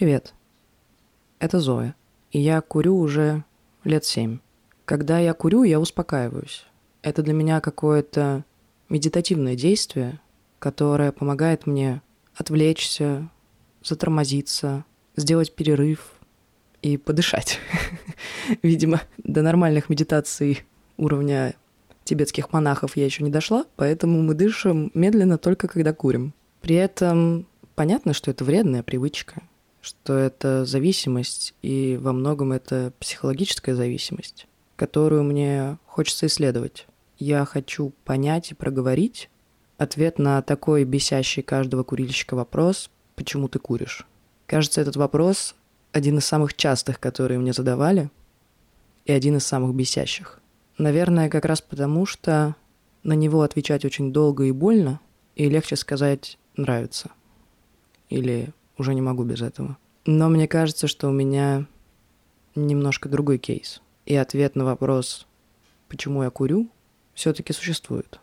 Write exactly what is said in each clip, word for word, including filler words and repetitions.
Привет, это Зоя, и я курю уже лет семь. Когда я курю, я успокаиваюсь. Это для меня какое-то медитативное действие, которое помогает мне отвлечься, затормозиться, сделать перерыв и подышать. Видимо, до нормальных медитаций уровня тибетских монахов я еще не дошла, поэтому мы дышим медленно только когда курим. При этом понятно, что это вредная привычка, что это зависимость, и во многом это психологическая зависимость, которую мне хочется исследовать. Я хочу понять и проговорить ответ на такой бесящий каждого курильщика вопрос: почему ты куришь? Кажется, этот вопрос один из самых частых, которые мне задавали, и один из самых бесящих. Наверное, как раз потому, что на него отвечать очень долго и больно, и легче сказать «нравится». Или «уже не могу без этого». Но мне кажется, что у меня немножко другой кейс. И ответ на вопрос «почему я курю?» все-таки существует.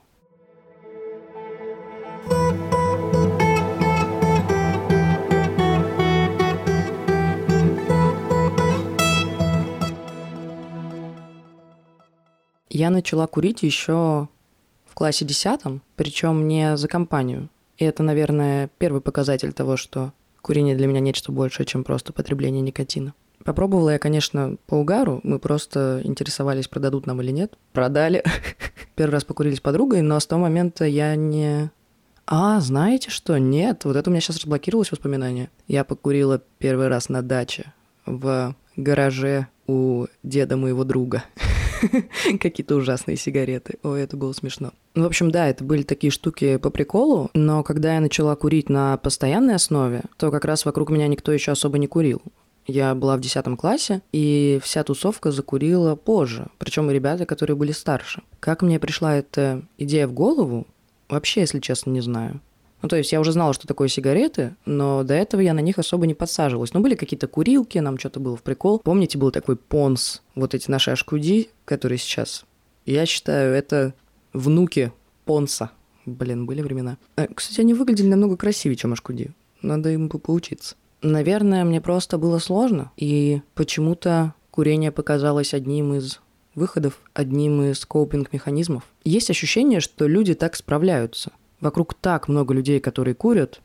Я начала курить еще в классе десятом, причем не за компанию. И это, наверное, первый показатель того, что курение для меня нечто большее, чем просто потребление никотина. Попробовала я, конечно, по угару. Мы просто интересовались, продадут нам или нет. Продали. Первый раз покурили с подругой, но с того момента я не... А, знаете что? Нет, вот это у меня сейчас разблокировалось воспоминание. Я покурила первый раз на даче в гараже у деда моего друга. Какие-то ужасные сигареты. Ой, это было смешно. В общем, да, это были такие штуки по приколу, но когда я начала курить на постоянной основе, то как раз вокруг меня никто еще особо не курил. Я была в десятом классе, и вся тусовка закурила позже, причем и ребята, которые были старше. Как мне пришла эта идея в голову, вообще, если честно, не знаю. Ну, то есть я уже знала, что такое сигареты, но до этого я на них особо не подсаживалась. Ну, были какие-то курилки, нам что-то было в прикол. Помните, был такой понс, вот эти наши ашкуди, которые сейчас... Я считаю, это внуки понса. Блин, были времена. Кстати, они выглядели намного красивее, чем ашкуди. Надо им поучиться. Наверное, мне просто было сложно, и почему-то курение показалось одним из выходов, одним из копинг-механизмов. Есть ощущение, что люди так справляются. Вокруг так много людей, которые курят.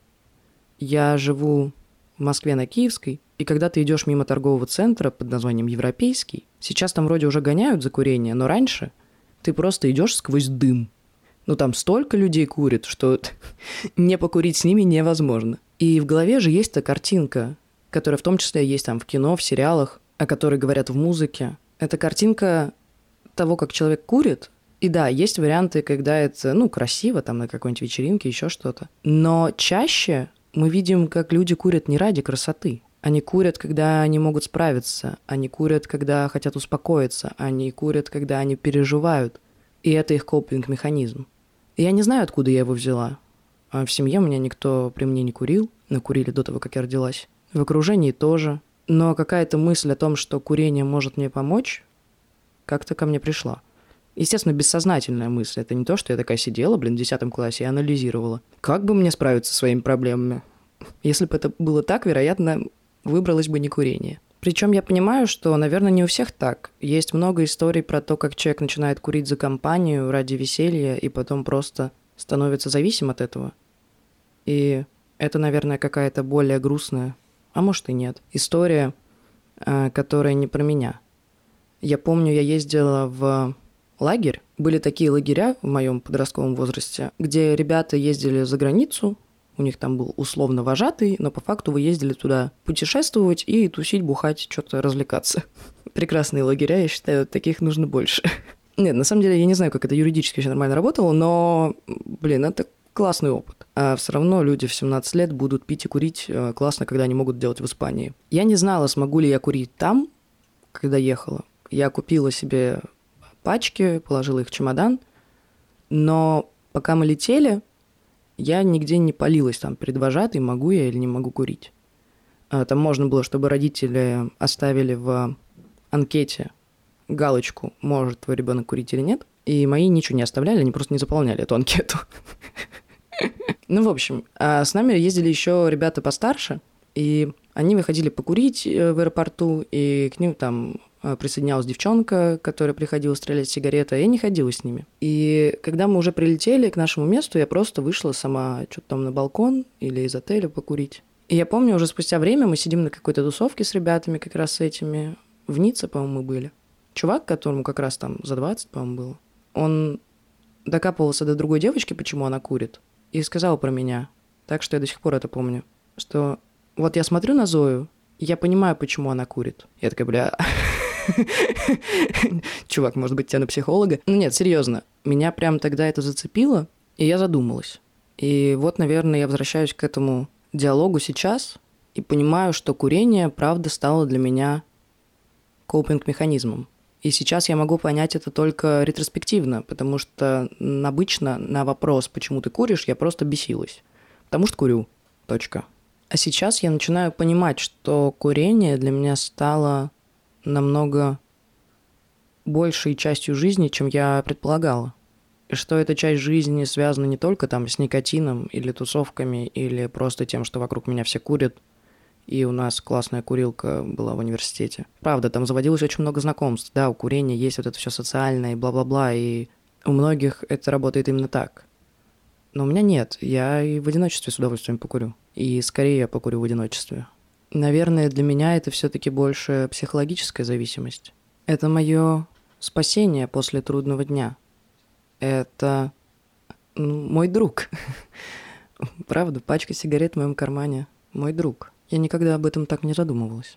Я живу в Москве на Киевской, и когда ты идешь мимо торгового центра под названием Европейский, сейчас там вроде уже гоняют за курение, но раньше ты просто идешь сквозь дым. Ну там столько людей курит, что не покурить с ними невозможно. И в голове же есть та картинка, которая в том числе есть там в кино, в сериалах, о которой говорят в музыке. Это картинка того, как человек курит. И да, есть варианты, когда это, ну, красиво, там, на какой-нибудь вечеринке, еще что-то. Но чаще мы видим, как люди курят не ради красоты. Они курят, когда они могут справиться. Они курят, когда хотят успокоиться. Они курят, когда они переживают. И это их копинг-механизм. Я не знаю, откуда я его взяла. В семье у меня никто при мне не курил. Но курили до того, как я родилась. В окружении тоже. Но какая-то мысль о том, что курение может мне помочь, как-то ко мне пришла. Естественно, бессознательная мысль. Это не то, что я такая сидела, блин, в десятом классе и анализировала. Как бы мне справиться со своими проблемами? Если бы это было так, вероятно, выбралось бы не курение. Причем я понимаю, что, наверное, не у всех так. Есть много историй про то, как человек начинает курить за компанию ради веселья и потом просто становится зависим от этого. И это, наверное, какая-то более грустная, а может и нет, история, которая не про меня. Я помню, я ездила в лагерь. Были такие лагеря в моем подростковом возрасте, где ребята ездили за границу, у них там был условно вожатый, но по факту вы ездили туда путешествовать и тусить, бухать, что-то развлекаться. Прекрасные лагеря, я считаю, таких нужно больше. Нет, на самом деле я не знаю, как это юридически еще нормально работало, но, блин, это классный опыт. А все равно люди в семнадцать лет будут пить и курить классно, когда они могут делать в Испании. Я не знала, смогу ли я курить там, когда ехала. Я купила себе пачки, положила их в чемодан, но пока мы летели, я нигде не палилась там перед вожатой, могу я или не могу курить. Там можно было, чтобы родители оставили в анкете галочку, может твой ребенок курить или нет, и мои ничего не оставляли, они просто не заполняли эту анкету. Ну, в общем, с нами ездили еще ребята постарше, и Они выходили покурить в аэропорту, и к ним там присоединялась девчонка, которая приходила стрелять сигареты, а я не ходила с ними. И когда мы уже прилетели к нашему месту, я просто вышла сама что-то там на балкон или из отеля покурить. И я помню, уже спустя время мы сидим на какой-то тусовке с ребятами, как раз с этими. В Ницце, по-моему, мы были. Чувак, которому как раз там за двадцать, по-моему, было, он докапывался до другой девочки, почему она курит, и сказал про меня. Так что я до сих пор это помню. Что вот я смотрю на Зою, и я понимаю, почему она курит. Я такая, бля... Чувак, может быть, тебя на психолога? Ну нет, серьезно. Меня прям тогда это зацепило, и я задумалась. И вот, наверное, я возвращаюсь к этому диалогу сейчас и понимаю, что курение, правда, стало для меня копинг-механизмом. И сейчас я могу понять это только ретроспективно, потому что обычно на вопрос, почему ты куришь, я просто бесилась. Потому что курю. Точка. А сейчас я начинаю понимать, что курение для меня стало намного большей частью жизни, чем я предполагала. И что эта часть жизни связана не только там с никотином или тусовками, или просто тем, что вокруг меня все курят, и у нас классная курилка была в университете. Правда, там заводилось очень много знакомств. Да, у курения есть вот это все социальное и бла-бла-бла, и у многих это работает именно так. Но у меня нет. Я и в одиночестве с удовольствием покурю. И скорее я покурю в одиночестве. Наверное, для меня это все-таки больше психологическая зависимость. Это мое спасение после трудного дня. Это ну, мой друг. Правда, пачка сигарет в моем кармане. Мой друг. Я никогда об этом так не задумывалась.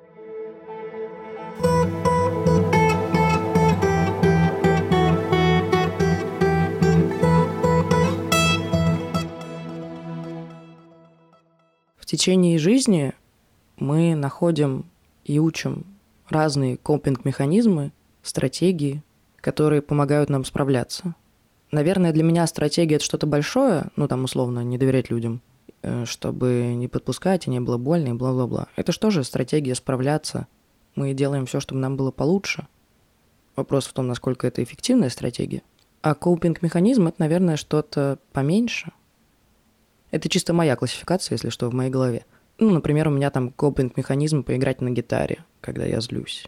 В течение жизни мы находим и учим разные копинг-механизмы, стратегии, которые помогают нам справляться. Наверное, для меня стратегия – это что-то большое, ну, там, условно, не доверять людям, чтобы не подпускать и не было больно и бла-бла-бла. Это что же стратегия справляться? Мы делаем все, чтобы нам было получше. Вопрос в том, насколько это эффективная стратегия. А копинг-механизм – это, наверное, что-то поменьше. Это чисто моя классификация, если что, в моей голове. Ну, например, у меня там копинг-механизм поиграть на гитаре, когда я злюсь.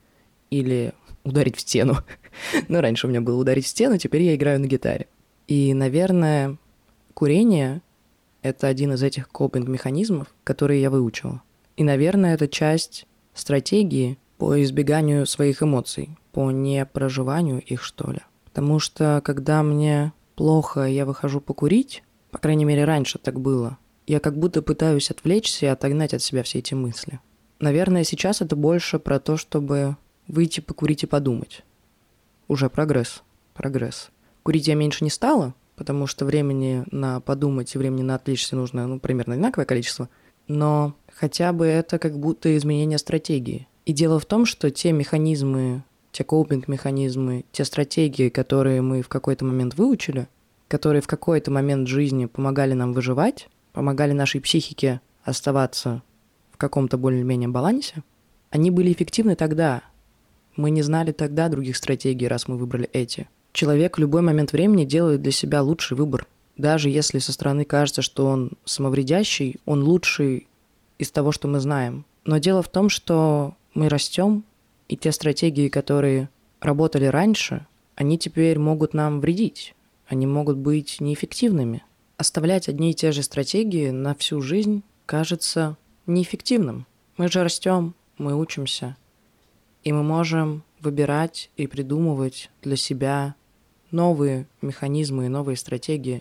Или ударить в стену. Ну, раньше у меня было ударить в стену, теперь я играю на гитаре. И, наверное, курение – это один из этих копинг-механизмов, которые я выучила. И, наверное, это часть стратегии по избеганию своих эмоций, по непроживанию их, что ли. Потому что, когда мне плохо, я выхожу покурить, по крайней мере, раньше так было, я как будто пытаюсь отвлечься и отогнать от себя все эти мысли. Наверное, сейчас это больше про то, чтобы выйти покурить и подумать. Уже прогресс. Прогресс. Курить я меньше не стала, потому что времени на подумать и времени на отвлечься нужно, ну, примерно одинаковое количество, но хотя бы это как будто изменение стратегии. И дело в том, что те механизмы, те копинг-механизмы, те стратегии, которые мы в какой-то момент выучили, которые в какой-то момент жизни помогали нам выживать, помогали нашей психике оставаться в каком-то более-менее балансе, они были эффективны тогда. Мы не знали тогда других стратегий, раз мы выбрали эти. Человек в любой момент времени делает для себя лучший выбор. Даже если со стороны кажется, что он самовредящий, он лучший из того, что мы знаем. Но дело в том, что мы растем, и те стратегии, которые работали раньше, они теперь могут нам вредить. Они могут быть неэффективными. Оставлять одни и те же стратегии на всю жизнь кажется неэффективным. Мы же растем, мы учимся, и мы можем выбирать и придумывать для себя новые механизмы и новые стратегии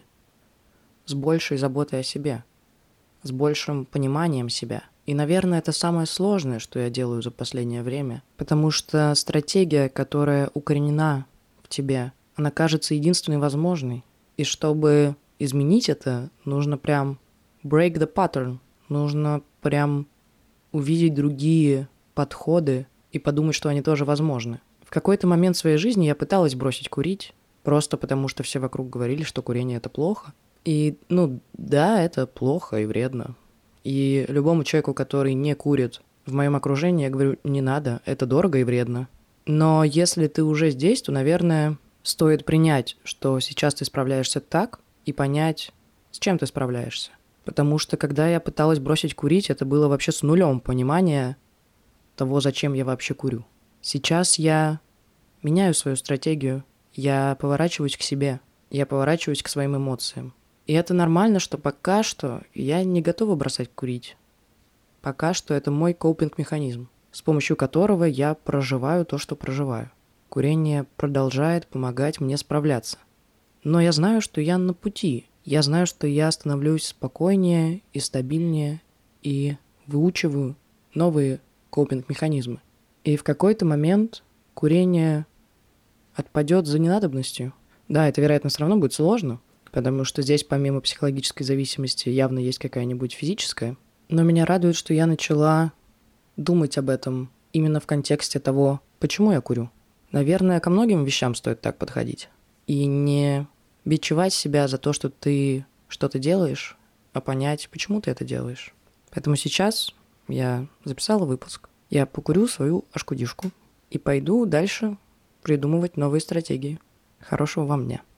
с большей заботой о себе, с большим пониманием себя. И, наверное, это самое сложное, что я делаю за последнее время, потому что стратегия, которая укоренена в тебе, она кажется единственной возможной. И чтобы изменить это, нужно прям break the pattern, нужно прям увидеть другие подходы и подумать, что они тоже возможны. В какой-то момент своей жизни я пыталась бросить курить, просто потому что все вокруг говорили, что курение – это плохо. И, ну, да, это плохо и вредно. И любому человеку, который не курит в моем окружении, я говорю, не надо, это дорого и вредно. Но если ты уже здесь, то, наверное, стоит принять, что сейчас ты справляешься так, и понять, с чем ты справляешься. Потому что когда я пыталась бросить курить, это было вообще с нулем понимания того, зачем я вообще курю. Сейчас я меняю свою стратегию, я поворачиваюсь к себе, я поворачиваюсь к своим эмоциям. И это нормально, что пока что я не готова бросать курить. Пока что это мой копинг-механизм, с помощью которого я проживаю то, что проживаю. Курение продолжает помогать мне справляться. Но я знаю, что я на пути. Я знаю, что я становлюсь спокойнее и стабильнее и выучиваю новые копинг-механизмы. И в какой-то момент курение отпадет за ненадобностью. Да, это, вероятно, все равно будет сложно, потому что здесь помимо психологической зависимости явно есть какая-нибудь физическая. Но меня радует, что я начала думать об этом именно в контексте того, почему я курю. Наверное, ко многим вещам стоит так подходить. И не бичевать себя за то, что ты что-то делаешь, а понять, почему ты это делаешь. Поэтому сейчас я записала выпуск. Я покурю свою ашкудишку и пойду дальше придумывать новые стратегии. Хорошего вам дня.